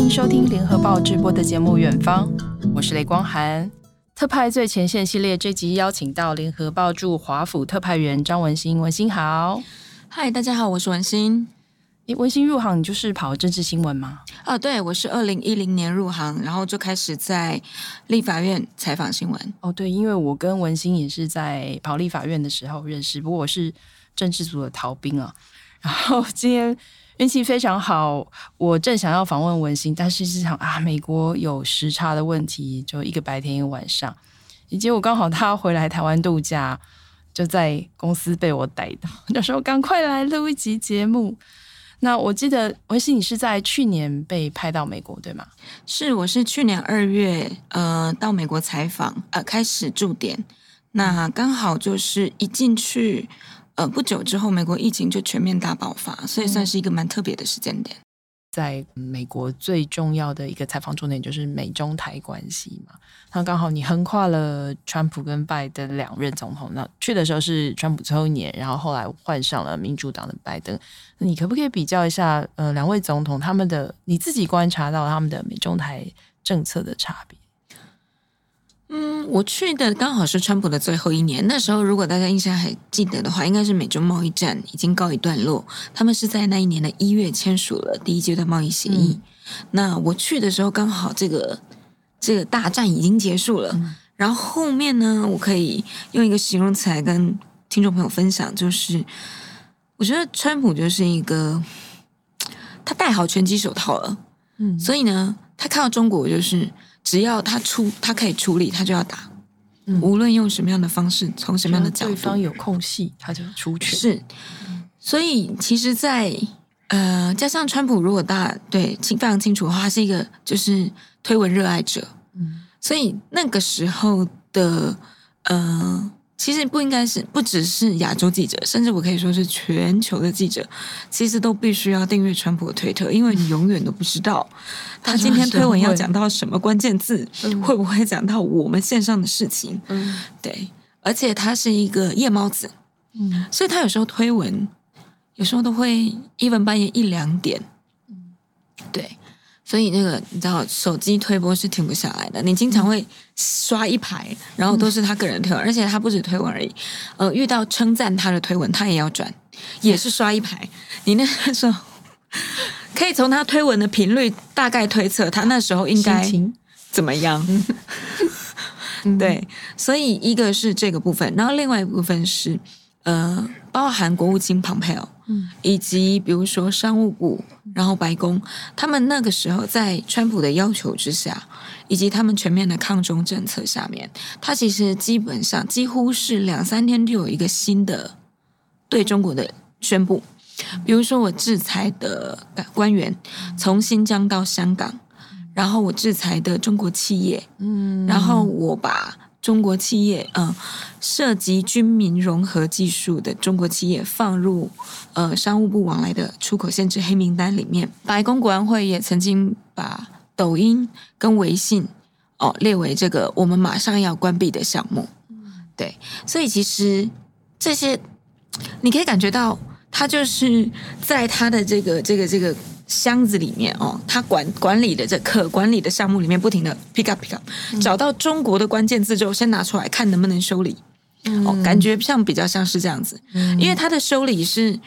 迎收听联合报直播的节目《远方》，我是雷光涵。特派最前线系列这集邀请到联合报驻华府特派员张文馨，文馨好。 嗨，大家好，我是文馨。 文馨入行你就是跑政治新闻吗？ 对，我是2010年入行，然后就开始在立法院采访新闻。 对，因为我跟文馨也是在跑立法院的时候认识，不过我是政治组的逃兵啊。然后今天运气非常好，我正想要访问文馨，但是是想美国有时差的问题，就一个白天一个晚上，结果刚好他回来台湾度假，就在公司被我逮到，就说赶快来录一集节目。那我记得文馨你是在去年被派到美国对吗？ 是，我是去年2月到美国采访，开始驻点。那刚好就是一进去不久之后，美国疫情就全面大爆发，所以算是一个蛮特别的时间点。 在美国最重要的一个采访重点就是美中台关系嘛，那刚好你横跨了川普跟拜登2任总统，那去的时候是川普最后1年，然后后来换上了民主党的拜登，你可不可以比较一下2位总统他们的你自己观察到他们的美中台政策的差别？ 我去的刚好是川普的最后1年，那时候如果大家印象还记得的话，应该是美中贸易战已经告一段落，他们是在那一年的1月签署了第1阶段贸易协议。那我去的时候刚好这个大战已经结束了，然后后面呢，我可以用一个形容词来跟听众朋友分享，就是我觉得川普就是一个他戴好拳击手套了，所以呢，他看到中国就是只要他可以处理，他就要打，无论用什么样的方式，从什么样的角度， 对方有空隙他就出拳。 是，所以其实在加上川普如果大家对非常清楚的话，他是一个就是推文热爱者，所以那个时候的其实不只是亚洲记者，甚至我可以说是全球的记者，其实都必须要订阅川普的推特，因为你永远都不知道他今天推文要讲到什么关键字，会不会讲到我们线上的事情。对，而且他是一个夜猫子，所以他有时候推文有时候都会even半夜1、2点，对，所以那个你知道手机推播是停不下来的，你经常会刷一排，然后都是他个人推文，而且他不止推文而已，遇到称赞他的推文他也要转，也是刷一排。你那时候可以从他推文的频率大概推测他那时候应该怎么样。对，所以一个是这个部分，然后另外一部分是包含国务卿蓬佩奥，以及比如说商务部，然后白宫，他们那个时候在川普的要求之下，以及他们全面的抗中政策下面，他其实基本上几乎是2、3天就有一个新的对中国的宣布，比如说我制裁的官员从新疆到香港，然后我制裁的中国企业，然后我把中国企业涉及军民融合技术的中国企业放入商务部往来的出口限制黑名单里面。白宫国安会也曾经把抖音跟微信列为这个我们马上要关闭的项目。对，所以其实这些你可以感觉到他就是在他的这个箱子里面他管理的这可管理的项目里面不停的 pick up， 找到中国的关键字之后先拿出来看能不能修理，感觉比较像是这样子，因为他的修理是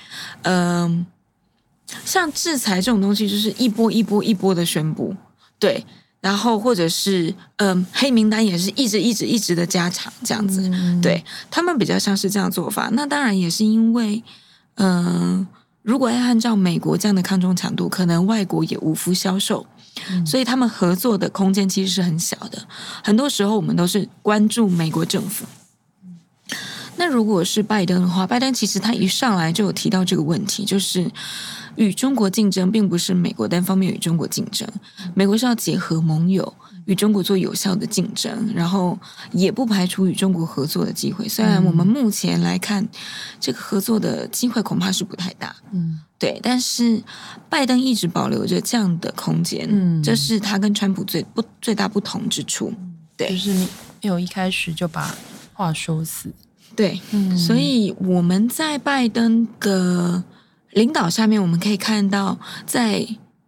像制裁这种东西就是一波一波一波的宣布，对，然后或者是黑名单也是一直的加长这样子，对，他们比较像是这样做法。那当然也是因为如果要按照美国这样的抗中强度，可能外国也无福消受，所以他们合作的空间其实是很小的。很多时候我们都是关注美国政府。那如果是拜登的话，拜登其实他一上来就有提到这个问题，就是与中国竞争并不是美国单方面与中国竞争，美国是要结合盟友与中国做有效的竞争，然后也不排除与中国合作的机会。虽然我们目前来看，这个合作的机会恐怕是不太大，对，但是拜登一直保留着这样的空间，这是他跟川普最大不同之处。对， 就是你没有一开始就把话说死。 对，所以我们在拜登的领导下面，我们可以看到在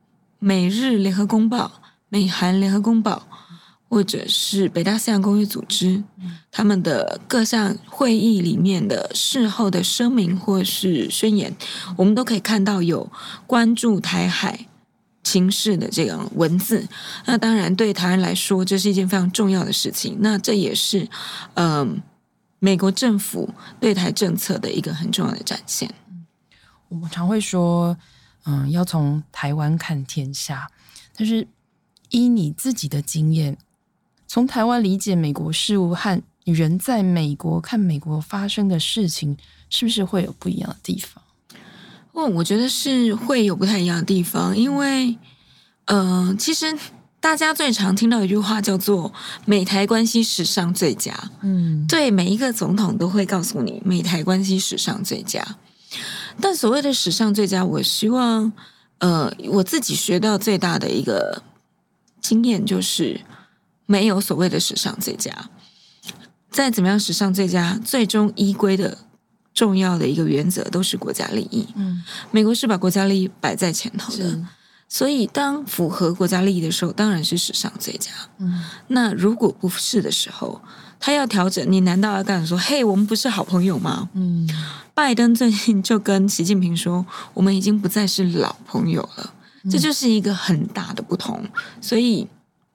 美日联合公报、美韩联合公报，或者是北大西洋公约组织，他们的各项会议里面的事后的声明或是宣言，我们都可以看到有关注台海情势的这样文字。那当然对台湾来说，这是一件非常重要的事情。那这也是美国政府对台政策的一个很重要的展现。 我们常会说，要从台湾看天下，但是依你自己的经验，从台湾理解美国事务和你人在美国看美国发生的事情，是不是会有不一样的地方？ 我觉得是会有不太一样的地方，因为其实大家最常听到一句话叫做美台关系史上最佳。对，每一个总统都会告诉你美台关系史上最佳。但所谓的史上最佳，我希望我自己学到最大的一个经验就是没有所谓的史上最佳。再怎么样史上最佳，最终依归的重要的一个原则都是国家利益。美国是把国家利益摆在前头的，所以当符合国家利益的时候，当然是史上最佳。那如果不是的时候，他要调整，你难道要跟他说：“嘿，我们不是好朋友吗？”拜登最近就跟习近平说：“我们已经不再是老朋友了。”这就是一个很大的不同。所以，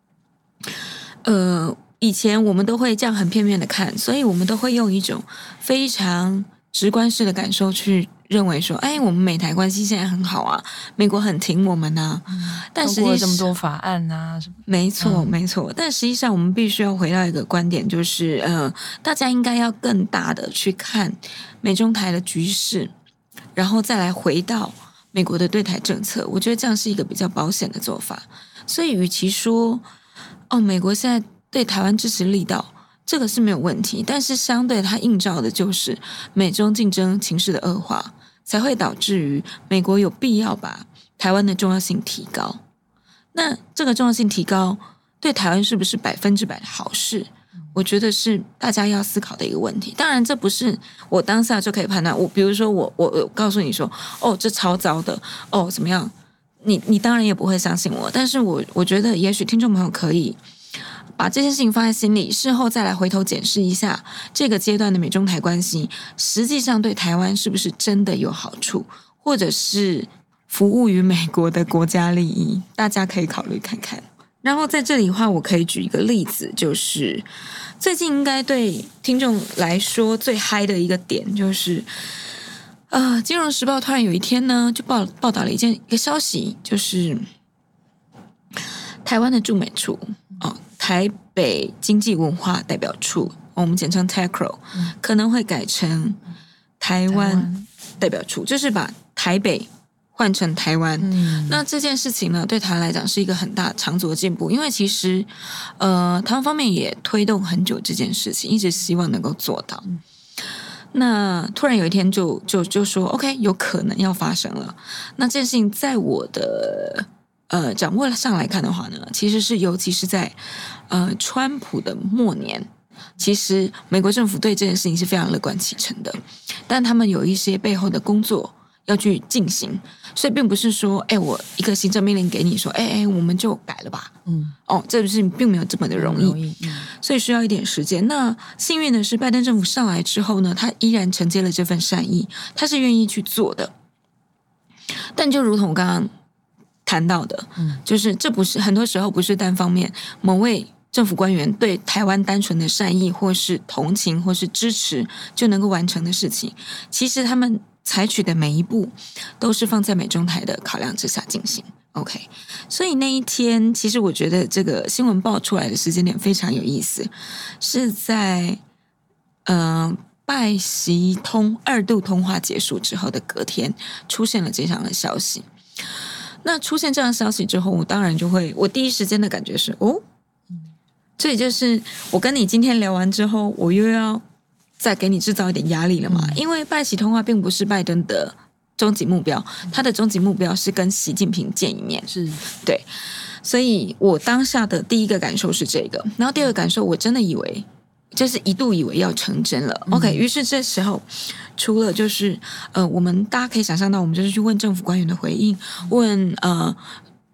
以前我们都会这样很片面的看，所以我们都会用一种非常直观式的感受去认为说，哎，我们美台关系现在很好啊，美国很挺我们啊。但实际上通过这么多法案啊， 没错没错。但实际上我们必须要回到一个观点，就是大家应该要更大的去看美中台的局势，然后再来回到美国的对台政策。我觉得这样是一个比较保险的做法。所以与其说美国现在对台湾支持力道，这个是没有问题，但是相对它映照的就是美中竞争情势的恶化，才会导致于美国有必要把台湾的重要性提高。那这个重要性提高对台湾是不是100%的好事？我觉得是大家要思考的一个问题。当然这不是我当下就可以判断，比如说我告诉你说这超糟的怎么样，你当然也不会相信我。但是我觉得也许听众朋友可以把这件事情放在心里，事后再来回头检视一下这个阶段的美中台关系实际上对台湾是不是真的有好处，或者是服务于美国的国家利益，大家可以考虑看看。然后在这里的话，我可以举一个例子，就是最近应该对听众来说最嗨的一个点就是金融时报突然有一天呢就报道了一个消息，就是台湾的驻美处台北经济文化代表处，我们简称 TACRO，可能会改成台湾代表处，就是把台北换成台湾。那这件事情呢，对台湾来讲是一个很大长足的进步，因为其实台湾方面也推动很久这件事情，一直希望能够做到。那突然有一天就说 OK， 有可能要发生了。那这件事情在我的掌握上来看的话呢，其实是尤其是在川普的末年，其实美国政府对这件事情是非常乐观其成的，但他们有一些背后的工作要去进行，所以并不是说我一个行政命令给你说我们就改了吧。这个事情并没有这么的容易，所以需要一点时间。那幸运的是拜登政府上来之后呢，他依然承接了这份善意，他是愿意去做的。但就如同我刚刚谈到的，就是这不是很多时候不是单方面某位政府官员对台湾单纯的善意或是同情或是支持就能够完成的事情，其实他们采取的每一步都是放在美中台的考量之下进行。OK， 所以那一天其实我觉得这个新闻爆出来的时间点非常有意思，是在拜习通2度通话结束之后的隔天出现了这样的消息。那出现这样的消息之后，我当然就会，我第一时间的感觉是这也就是我跟你今天聊完之后，我又要再给你制造一点压力了嘛。因为拜习通话并不是拜登的终极目标，他的终极目标是跟习近平见一面， 是对。 所以我当下的第一个感受是这个，然后第二个感受，我真的以为就是一度以为要成真了。OK， 于是这时候除了就是我们大家可以想象到，我们就是去问政府官员的回应，问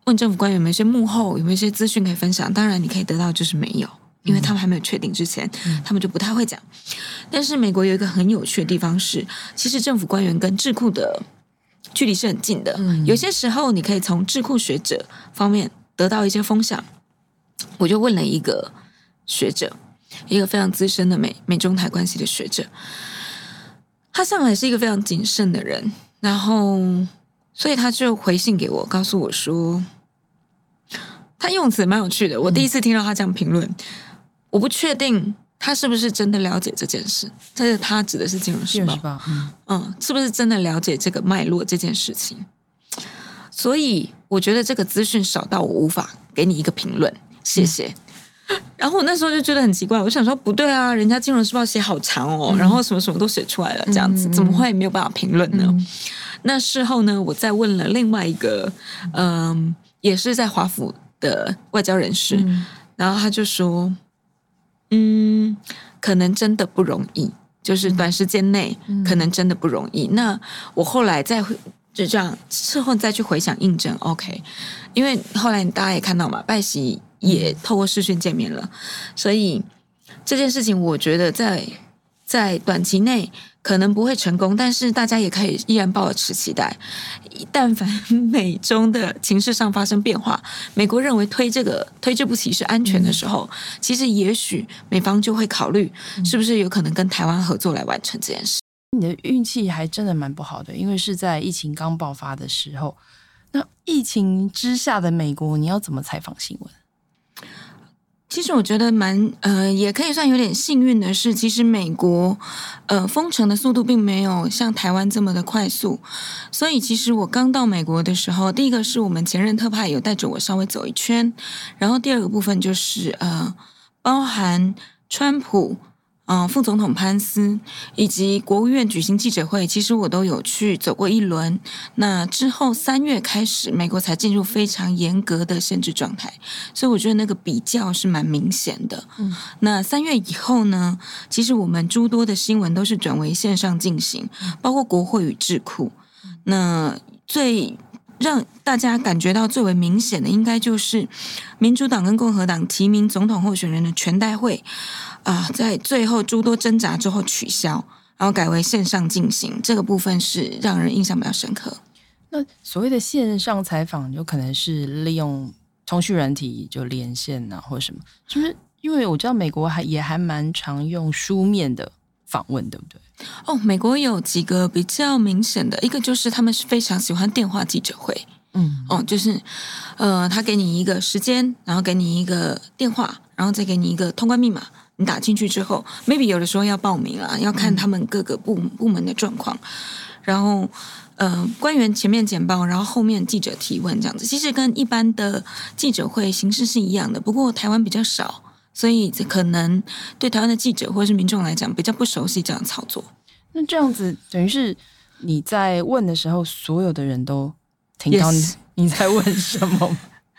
问政府官员有没有一些幕后有没有一些资讯可以分享，当然你可以得到就是没有，因为他们还没有确定之前，他们就不太会讲。但是美国有一个很有趣的地方是，其实政府官员跟智库的距离是很近的，有些时候你可以从智库学者方面得到一些风向。我就问了一个学者，一个非常资深的美中台关系的学者，他向来是一个非常谨慎的人，然后所以他就回信给我，告诉我说，他用词蛮有趣的。我第一次听到他这样评论，我不确定他是不是真的了解这件事。这是他指的是《金融时报》，是不是真的了解这个脉络这件事情？所以我觉得这个资讯少到我无法给你一个评论，谢谢。然后我那时候就觉得很奇怪，我想说不对啊，人家《金融时报》写好长哦，然后什么什么都写出来了，这样子怎么会没有办法评论呢？那事后呢，我再问了另外一个，也是在华府的外交人士，然后他就说，可能真的不容易，就是短时间内可能真的不容易。那我后来就这样事后再去回想印证 ，OK， 因为后来大家也看到嘛，拜习也透过视讯见面了，所以这件事情我觉得在短期内可能不会成功，但是大家也可以依然抱持期待。但凡美中的情势上发生变化，美国认为推这步棋是安全的时候，其实也许美方就会考虑是不是有可能跟台湾合作来完成这件事。 你的运气还真的蛮不好的，因为是在疫情刚爆发的时候。那疫情之下的美国，你要怎么采访新闻？ 其实我觉得也可以算有点幸运的是，其实美国封城的速度并没有像台湾这么的快速，所以其实我刚到美国的时候，第一个是我们前任特派有带着我稍微走一圈，然后第二个部分就是包含川普。副总统潘斯以及国务院举行记者会，其实我都有去走过一轮。那之后3月开始，美国才进入非常严格的限制状态，所以我觉得那个比较是蛮明显的。那3月以后呢，其实我们诸多的新闻都是转为线上进行，包括国会与智库。那最让大家感觉到最为明显的，应该就是民主党跟共和党提名总统候选人的全代会。在最后诸多挣扎之后取消，然后改为线上进行，这个部分是让人印象比较深刻。 那所谓的线上采访，有可能是利用通讯软体就连线啊，或者什么？是不是？因为我知道美国也还蛮常用书面的访问，对不对？ 美国有几个比较明显的，一个就是他们是非常喜欢电话记者会。就是他给你一个时间，然后给你一个电话，然后再给你一个通关密码。你打进去之后 ，maybe 有的时候要报名啊，要看他们各个部门的状况，然后官员前面简报，然后后面记者提问这样子。其实跟一般的记者会形式是一样的，不过台湾比较少，所以可能对台湾的记者或是民众来讲比较不熟悉这样的操作。 那这样子等于是你在问的时候，所有的人都听到你在问什么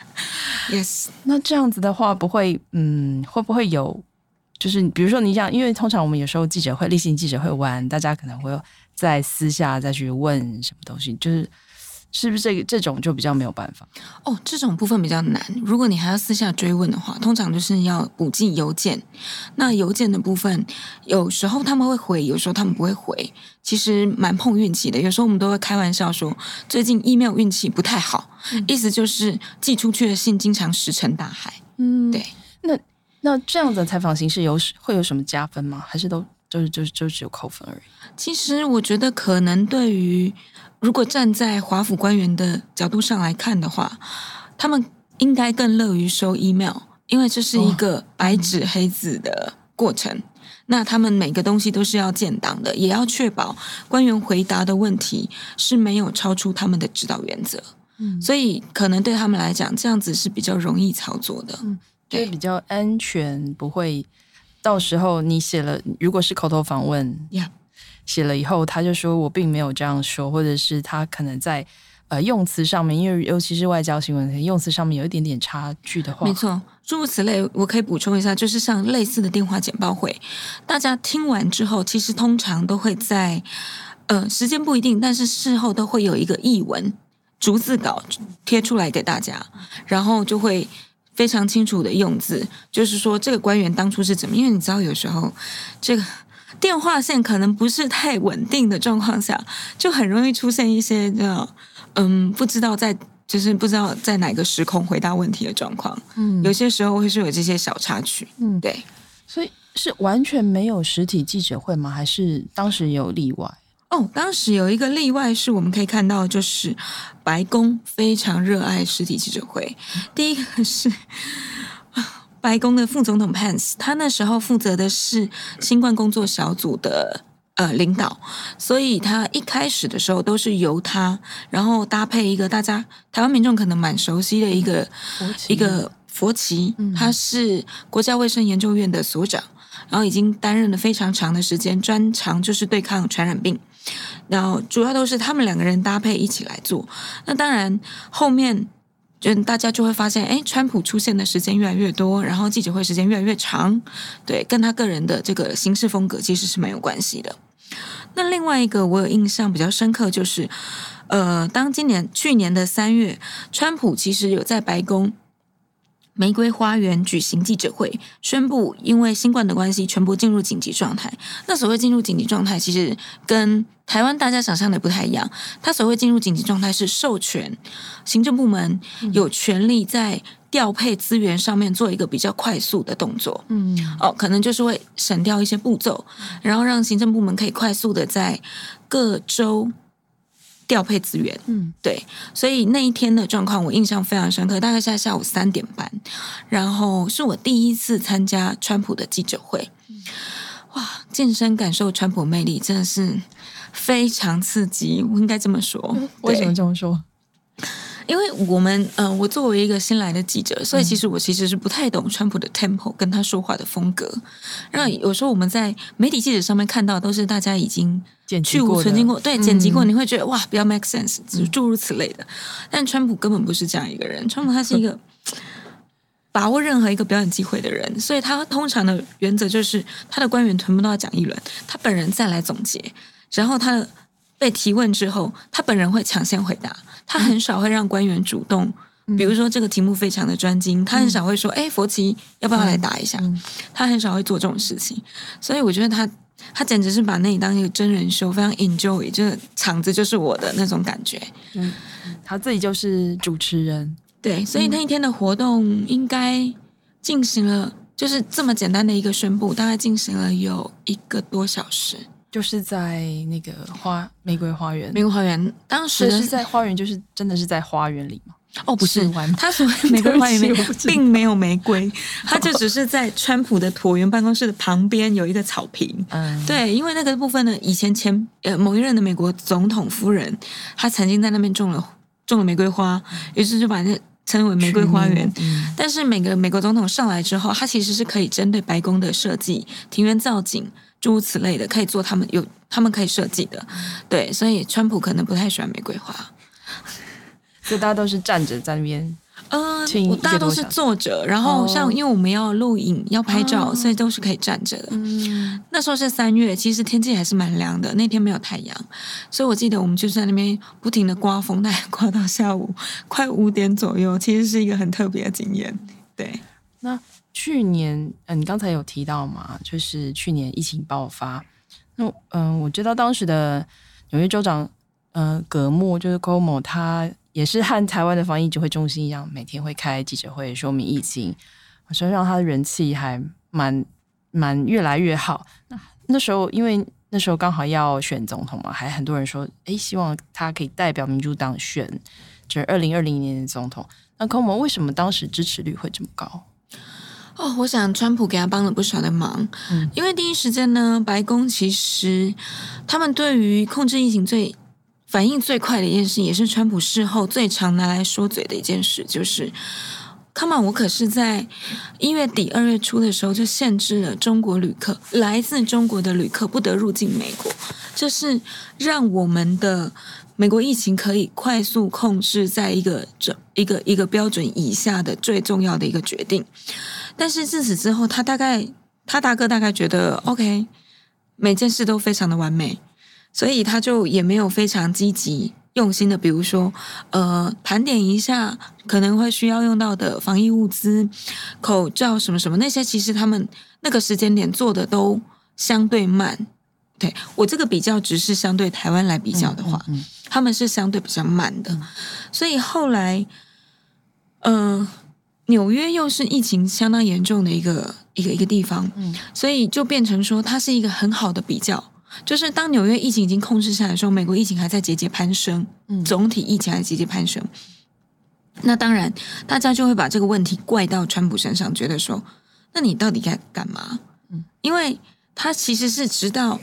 ？Yes， 那这样子的话，会不会有？就是比如说你想，因为通常我们有时候例行记者会完，大家可能会在私下再去问什么东西，是不是这种就比较没有办法？ 这种部分比较难。如果你还要私下追问的话，通常就是要补寄邮件。那邮件的部分，有时候他们会回，有时候他们不会回，其实蛮碰运气的。有时候我们都会开玩笑说，最近 email 运气不太好，意思就是寄出去的信经常石沉大海。对。 那这样的采访形式会有什么加分吗？还是就只有扣分而已？ 其实我觉得可能对于如果站在华府官员的角度上来看的话，他们应该更乐于收 email， 因为这是一个白纸黑字的过程。那他们每个东西都是要建档的，也要确保官员回答的问题是没有超出他们的指导原则。所以可能对他们来讲，这样子是比较容易操作的。 对，比较安全，不会到时候你写了，如果是口头访问，写了以后，他就说我并没有这样说，或者是他可能在用词上面，因为尤其是外交新闻，用词上面有一点点差距的话， 没错，诸如此类，我可以补充一下，就是像类似的电话简报会，大家听完之后，其实通常都会在时间不一定，但是事后都会有一个译文。 逐字稿贴出来给大家，然后就会非常清楚的用字，就是说这个官员当初是怎么，因为你知道有时候这个电话线可能不是太稳定的状况下，就很容易出现一些不知道在哪个时空回答问题的状况。有些时候会是有这些小插曲。对， 所以是完全没有实体记者会吗？还是当时有例外？ 当时有一个例外是我们可以看到，就是白宫非常热爱实体记者会。第一个是白宫的副总统 Pence， 他那时候负责的是新冠工作小组的领导，所以他一开始的时候都是由他，然后搭配一个大家台湾民众可能蛮熟悉的一个佛奇，他是国家卫生研究院的所长，然后已经担任了非常长的时间，专长就是对抗传染病。然后主要都是他们两个人搭配一起来做。那当然后面大家就会发现，川普出现的时间越来越多，然后记者会时间越来越长，对，跟他个人的这个行事风格其实是蛮有关系的。那另外一个我有印象比较深刻就是当去年的3月，川普其实有在白宫玫瑰花园举行记者会，宣布因为新冠的关系，全部进入紧急状态。那所谓进入紧急状态，其实跟台湾大家想象的不太一样。他所谓进入紧急状态是授权行政部门有权利在调配资源上面做一个比较快速的动作。可能就是会省掉一些步骤，然后让行政部门可以快速的在各州调配资源。对，所以那一天的状况我印象非常深刻，大概是在下午3点半，然后是我第一次参加川普的记者会。哇，近身感受川普魅力真的是非常刺激，我应该这么说。 为什么这么说？ 因为我作为一个新来的记者，所以其实是不太懂川普的 tempo 跟他说话的风格。然后有时候我们在媒体记者上面看到都是大家已经去无存经过，对，剪辑过，你会觉得哇，比较 make sense，诸如此类的。但川普根本不是这样一个人，川普他是一个把握任何一个表演机会的人，所以他通常的原则就是他的官员全部都要讲一轮，他本人再来总结，然后他被提问之后，他本人会抢先回答，他很少会让官员主动。比如说这个题目非常的专精，他很少会说佛奇要不要来答一下，他很少会做这种事情。所以我觉得他简直是把那里当一个真人秀，非常 enjoy， 就是场子就是我的那种感觉。 他自己就是主持人。 对，所以那一天的活动应该进行了，就是这么简单的一个宣布，大概进行了有1个多小时。 就是在那个玫瑰花园。 玫瑰花园当时是在花园，就是真的是在花园里吗？ 不是，他所谓玫瑰花园里面并没有玫瑰，他就只是在川普的椭圆办公室的旁边有一个草坪。对，因为那个部分呢，以前某一任的美国总统夫人，她曾经在那边种了玫瑰花，于是就把这称为玫瑰花园。但是每个美国总统上来之后，他其实是可以针对白宫的设计、庭园造景诸如此类的，可以做他们可以设计的。对，所以川普可能不太喜欢玫瑰花。 所以大家都是站着在那边， 大家都是坐着，然后因为我们要录影要拍照，所以都是可以站着的。那时候是3月，其实天气还是蛮凉的，那天没有太阳，所以我记得我们就在那边不停的刮风，大概刮到下午快5点左右，其实是一个很特别的经验。对， 那去年你刚才有提到嘛，就是去年疫情爆发，那我知道当时的纽约州长葛莫就是 Cuomo， 他也是和台湾的防疫指挥中心一样，每天会开记者会说明疫情，所以让他的人气还蛮越来越好。那时候因为那时候刚好要选总统嘛，还很多人说希望他可以代表民主党选就是2020年的总统。那 Cuomo 为什么当时支持率会这么高？ 我想川普给他帮了不少的忙。因为第一时间呢，白宫其实他们对于控制疫情反应最快的一件事，也是川普事后最常拿来说嘴的一件事，就是Come on， 我可是在1月底2月初的时候就限制了来自中国的旅客不得入境美国，这是让我们的美国疫情可以快速控制在一个标准以下的最重要的一个决定。但是自此之后，他大哥大概觉得 OK， 每件事都非常的完美，所以他就也没有非常积极用心的，比如说盘点一下可能会需要用到的防疫物资、口罩什么什么那些，其实他们那个时间点做的都相对慢。对，我这个比较只是相对台湾来比较的话，他们是相对比较慢的，所以后来纽约又是疫情相当严重的一个地方，所以就变成说它是一个很好的比较。就是当纽约疫情已经控制下来的时候，美国疫情还在节节攀升，总体疫情还在节节攀升。那当然，大家就会把这个问题怪到川普身上，觉得说，那你到底该干嘛？因为他其实是直到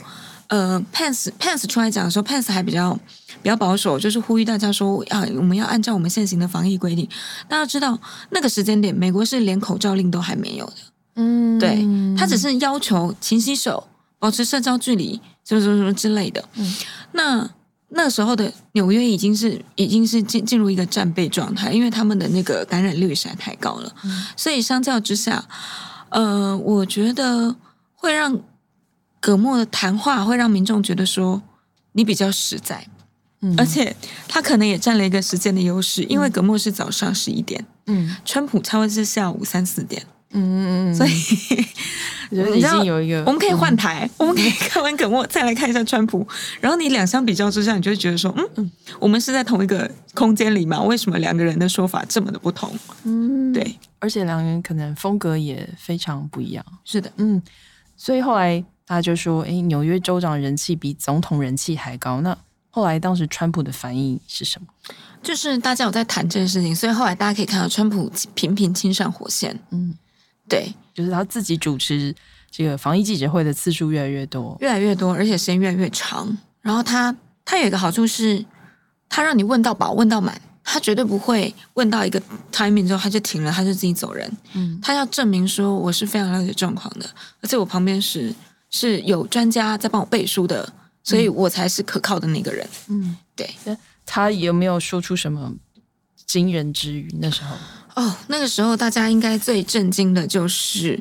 Pence 出来讲的时候 ，Pence 还比较保守，就是呼吁大家说我们要按照我们现行的防疫规定。大家知道那个时间点，美国是连口罩令都还没有的，对，他只是要求勤洗手、保持社交距离，什么之类的。那时候的纽约已经是进入一个战备状态，因为他们的那个感染率实在太高了，所以相较之下，我觉得会让葛莫的谈话会让民众觉得说你比较实在，而且他可能也占了一个时间的优势，因为葛莫是早上11点，川普差不多是下午3、4点，所以我觉得已经有一个， 我们可以换台，我们可以看完葛莫再来看一下川普，然后你两相比较之下，你就会觉得说，我们是在同一个空间里嘛？为什么两个人的说法这么的不同？对， 而且两个人可能风格也非常不一样。 是的， 所以后来大家就说，纽约州长人气比总统人气还高。那后来当时川普的反应是什么？ 就是大家有在谈这件事情，所以后来大家可以看到川普频频亲上火线。对， 就是他自己主持这个防疫记者会的次数越来越多， 而且时间越来越长。然后他有一个好处是，他让你问到饱、问到满，他绝对不会问到一个 timing 之后他就停了，他就自己走人。他要证明说我是非常了解状况的，而且我旁边是有专家在帮我背书的，所以我才是可靠的那个人。对。 他有没有说出什么惊人之语？那时候那个时候大家应该最震惊的就是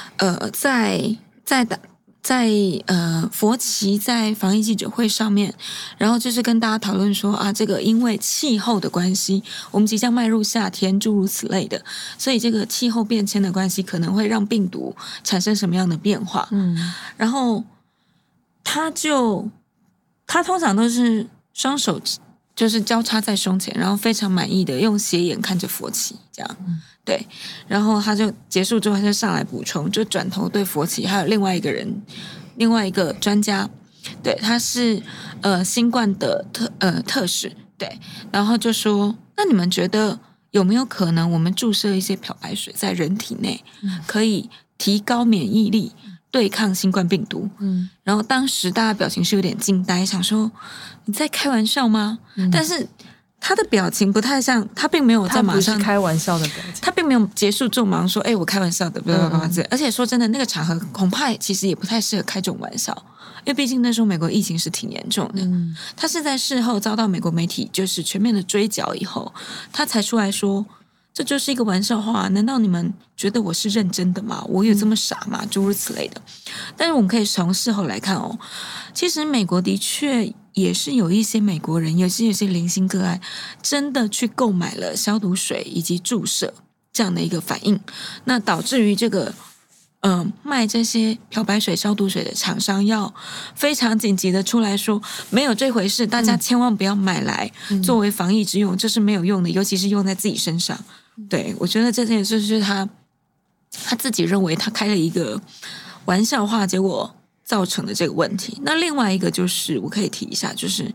在佛奇在防疫记者会上面，然后就是跟大家讨论说这个因为气候的关系，我们即将迈入夏天，诸如此类的，所以这个气候变迁的关系可能会让病毒产生什么样的变化。然后他通常都是双手就是交叉在胸前，然后非常满意的用斜眼看着佛奇，这样。对，然后他就结束之后，他就上来补充，就转头对佛奇还有另外一个专家，对，他是新冠的特使，对，然后就说，那你们觉得有没有可能我们注射一些漂白水在人体内，可以提高免疫力，对抗新冠病毒？然后当时大家表情是有点惊呆，想说你在开玩笑吗？但是他的表情不太像，他并没有在马上他不是开玩笑的表情， 他并没有结束就马上说我开玩笑的，而且说真的，那个场合恐怕其实也不太适合开这种玩笑，因为毕竟那时候美国疫情是挺严重的。他是在事后遭到美国媒体就是全面的追剿以后，他才出来说这就是一个玩笑话，难道你们觉得我是认真的吗？我有这么傻吗？诸如此类的。但是我们可以从事后来看其实美国的确也是有一些美国人，有些零星个案，真的去购买了消毒水以及注射这样的一个反应，那导致于这个卖这些漂白水、消毒水的厂商要非常紧急的出来说没有这回事，大家千万不要买来作为防疫之用，这是没有用的，尤其是用在自己身上。对，我觉得这件事就是他自己认为他开了一个玩笑话，结果造成的这个问题。那另外一个就是我可以提一下，就是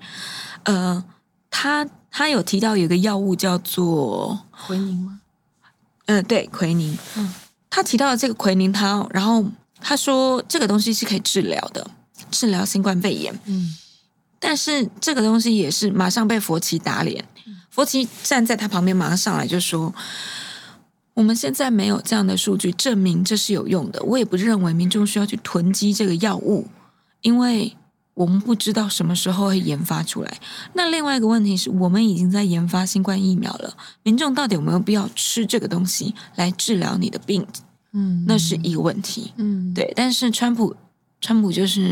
他有提到有一个药物叫做奎宁吗？ 对，奎宁。他提到这个奎宁汤，然后他说这个东西是可以治疗的，治疗新冠肺炎。但是这个东西也是马上被佛奇打脸。佛奇站在他旁边，马上上来就说，我们现在没有这样的数据证明这是有用的，我也不认为民众需要去囤积这个药物，因为我们不知道什么时候会研发出来。那另外一个问题是，我们已经在研发新冠疫苗了，民众到底有没有必要吃这个东西来治疗你的病？那是一个问题。对，但是川普就是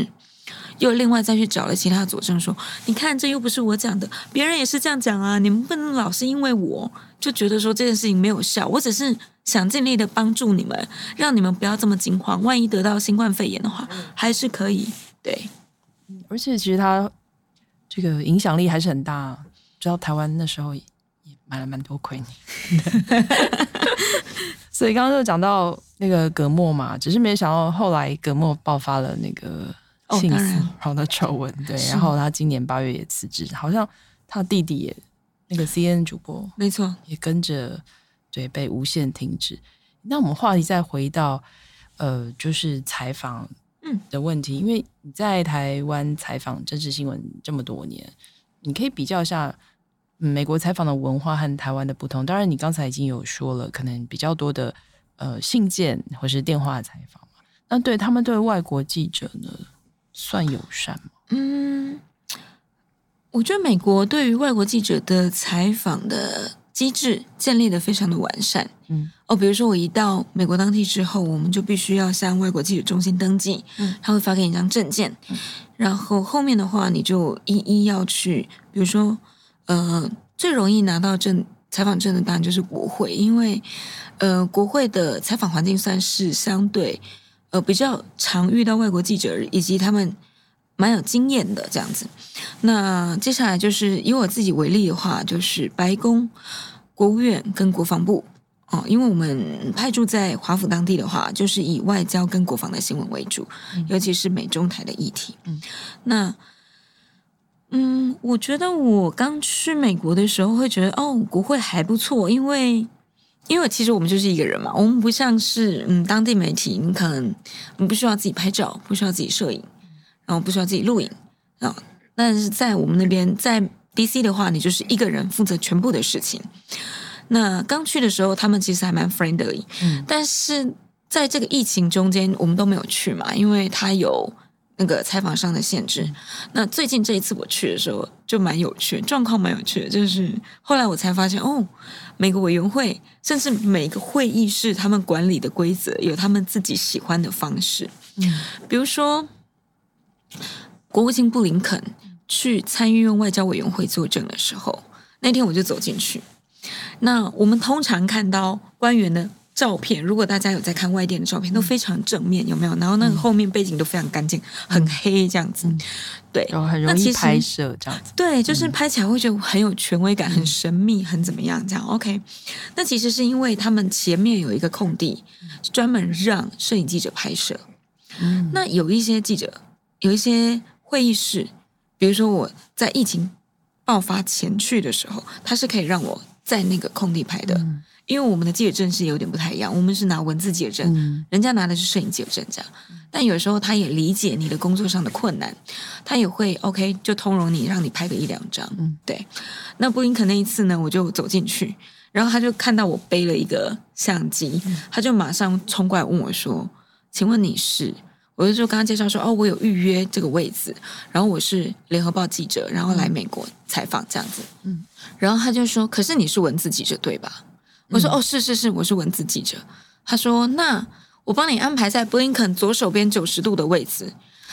又另外再去找了其他佐证说，你看这又不是我讲的，别人也是这样讲啊，你们不能老是因为我就觉得说这件事情没有效，我只是想尽力的帮助你们，让你们不要这么惊慌，万一得到新冠肺炎的话，还是可以。对， 而且其实他这个影响力还是很大，知道台湾那时候也买了蛮多亏你。所以刚刚就讲到那个葛墨嘛，只是没想到后来葛墨爆发了那个性骚扰的丑闻，对，然后他今年8月也辞职，好像他弟弟也那个 CNN 主播， 没错， 也跟着对被无限停止。那我们话题再回到就是采访的问题，因为你在台湾采访政治新闻这么多年，你可以比较一下美国采访的文化和台湾的不同。当然你刚才已经有说了，可能比较多的信件或是电话采访嘛，那对他们对外国记者呢算友善吗？ 我觉得美国对于外国记者的采访的机制建立的非常的完善。比如说我一到美国当地之后，我们就必须要向外国记者中心登记，他会发给你一张证件，然后后面的话你就一一要去，比如说最容易拿到采访证的当然就是国会，因为国会的采访环境算是相对比较常遇到外国记者以及他们蛮有经验的这样子。那接下来就是以我自己为例的话，就是白宫、国务院跟国防部因为我们派驻在华府当地的话，就是以外交跟国防的新闻为主，尤其是美中台的议题。那我觉得我刚去美国的时候会觉得国会还不错，因为其实我们就是一个人嘛，我们不像是当地媒体，你可能你不需要自己拍照，不需要自己摄影，然后不需要自己录影但是在我们那边在 DC 的话，你就是一个人负责全部的事情。那刚去的时候他们其实还蛮 friendly，但是在这个疫情中间我们都没有去嘛，因为他有那个采访上的限制。那最近这一次我去的时候就蛮有趣，状况蛮有趣的，就是后来我才发现每个委员会甚至每个会议室他们管理的规则有他们自己喜欢的方式。比如说国务卿布林肯去参议院外交委员会作证的时候，那天我就走进去。那我们通常看到官员的照片，如果大家有在看外电的照片，都非常正面，有没有？然后那个后面背景都非常干净，很黑这样子。对， 很容易拍摄这样子。 对，就是拍起来会觉得很有权威感，很神秘，很怎么样这样。OK， 那其实是因为他们前面有一个空地，专门让摄影记者拍摄。那有一些记者，有一些会议室，比如说我在疫情爆发前去的时候，他是可以让我在那个空地拍的。因为我们的记者证是有点不太一样，我们是拿文字记者证，人家拿的是摄影记者证这样。但有时候他也理解你的工作上的困难，他也会 OK 就通融你，让你拍个1-2张。对，那布林肯那一次呢，我就走进去，然后他就看到我背了一个相机，他就马上冲过来问我说：“请问你是？”我就跟他介绍说：“我有预约这个位置，然后我是联合报记者，然后来美国采访这样子。”然后他就说：“可是你是文字记者对吧？”我说：“是，我是文字记者。”他说：“那我帮你安排在布林肯左手边90度的位置，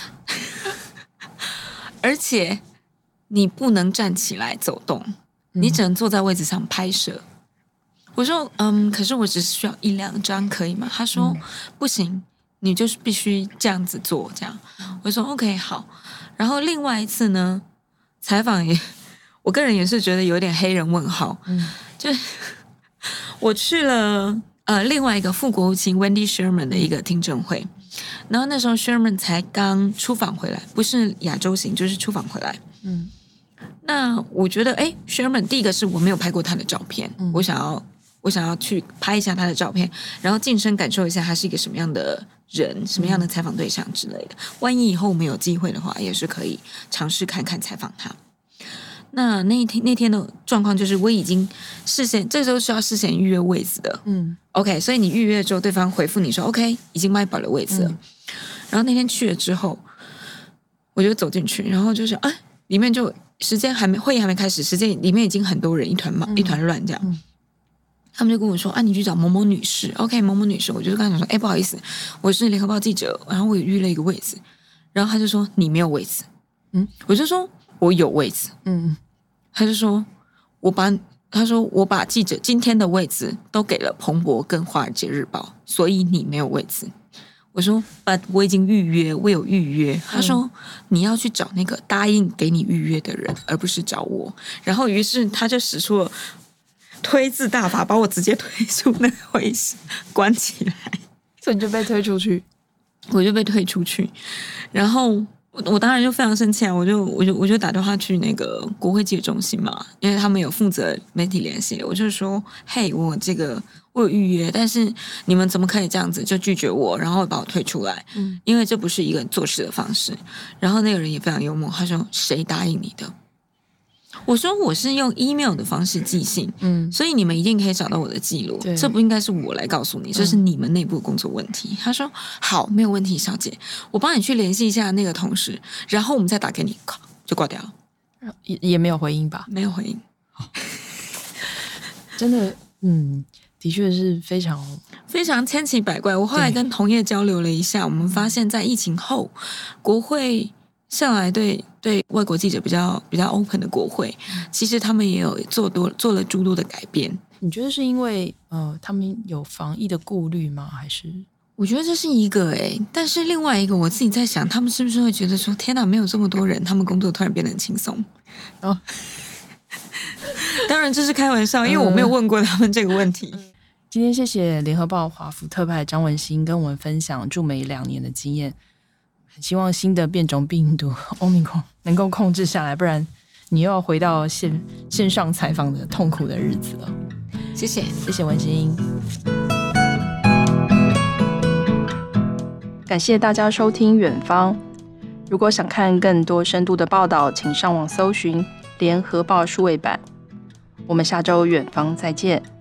而且你不能站起来走动，你只能坐在位置上拍摄。”我说：“可是我只是需要1-2张，可以吗？”他说：“不行，你就是必须这样子做。”这样，我说 ：“OK， 好。”然后另外一次呢，采访我个人也是觉得有点黑人问号，就是我去了另外一个副国务卿 Wendy Sherman 的一个听证会，然后那时候 Sherman 才刚出访回来，不是亚洲行就是出访回来。那我觉得Sherman 第一个是我没有拍过他的照片，我想要去拍一下他的照片，然后近身感受一下他是一个什么样的人，什么样的采访对象之类的。万一以后我们有机会的话，也是可以尝试看看采访他。那天的状况就是我已经事先，这个时候需要事先预约位置的。OK， 所以你预约之后，对方回复你说 OK， 已经卖饱了位置了。然后那天去了之后，我就走进去，然后就是里面就时间会议还没开始，时间里面已经很多人，一团乱这样。他们就跟我说你去找某某女士 ，OK， 某某女士，我就跟他讲说不好意思，我是联合报记者，然后我也预了一个位置。 然后他就说你没有位置，我就说我有位置，他就说我把记者今天的位置都给了彭博跟华尔街日报，所以你没有位置。我说 but 我已经预约，我有预约。他说你要去找那个答应给你预约的人，而不是找我。然后于是他就使出了推字大法，把我直接推出那个会议室，关起来。 所以你就被推出去？ 我就被推出去，然后我当然就非常生气啊！我就打电话去那个国会记者中心嘛，因为他们有负责媒体联系，我就说：“嘿，我有预约，但是你们怎么可以这样子就拒绝我，然后把我推出来？因为这不是一个做事的方式。”然后那个人也非常幽默，他说：“谁答应你的？”我说我是用 email 的方式寄信，所以你们一定可以找到我的记录，这不应该是我来告诉你，这是你们内部工作问题。他说好，没有问题，小姐，我帮你去联系一下那个同事，然后我们再打给你，就挂掉了， 也没有回应吧？ 没有回应， 真的，的确是非常非常千奇百怪。我后来跟同业交流了一下，我们发现在疫情后，国会向来对外国记者比较 open 的国会，其实他们也有做了诸多的改变。 你觉得是因为他们有防疫的顾虑吗？还是？ 我觉得这是一个但是另外一个我自己在想，他们是不是会觉得说，天哪，没有这么多人，他们工作突然变得很轻松？当然这是开玩笑，因为我没有问过他们这个问题。 今天谢谢联合报华府特派张文馨跟我们分享驻美2年的经验。很希望新的变种病毒 Omicron 能够控制下来，不然你又要回到线上采访的痛苦的日子了。 谢谢文馨，感谢大家收听远方。如果想看更多深度的报道，请上网搜寻联合报数位版。我们下周远方再见。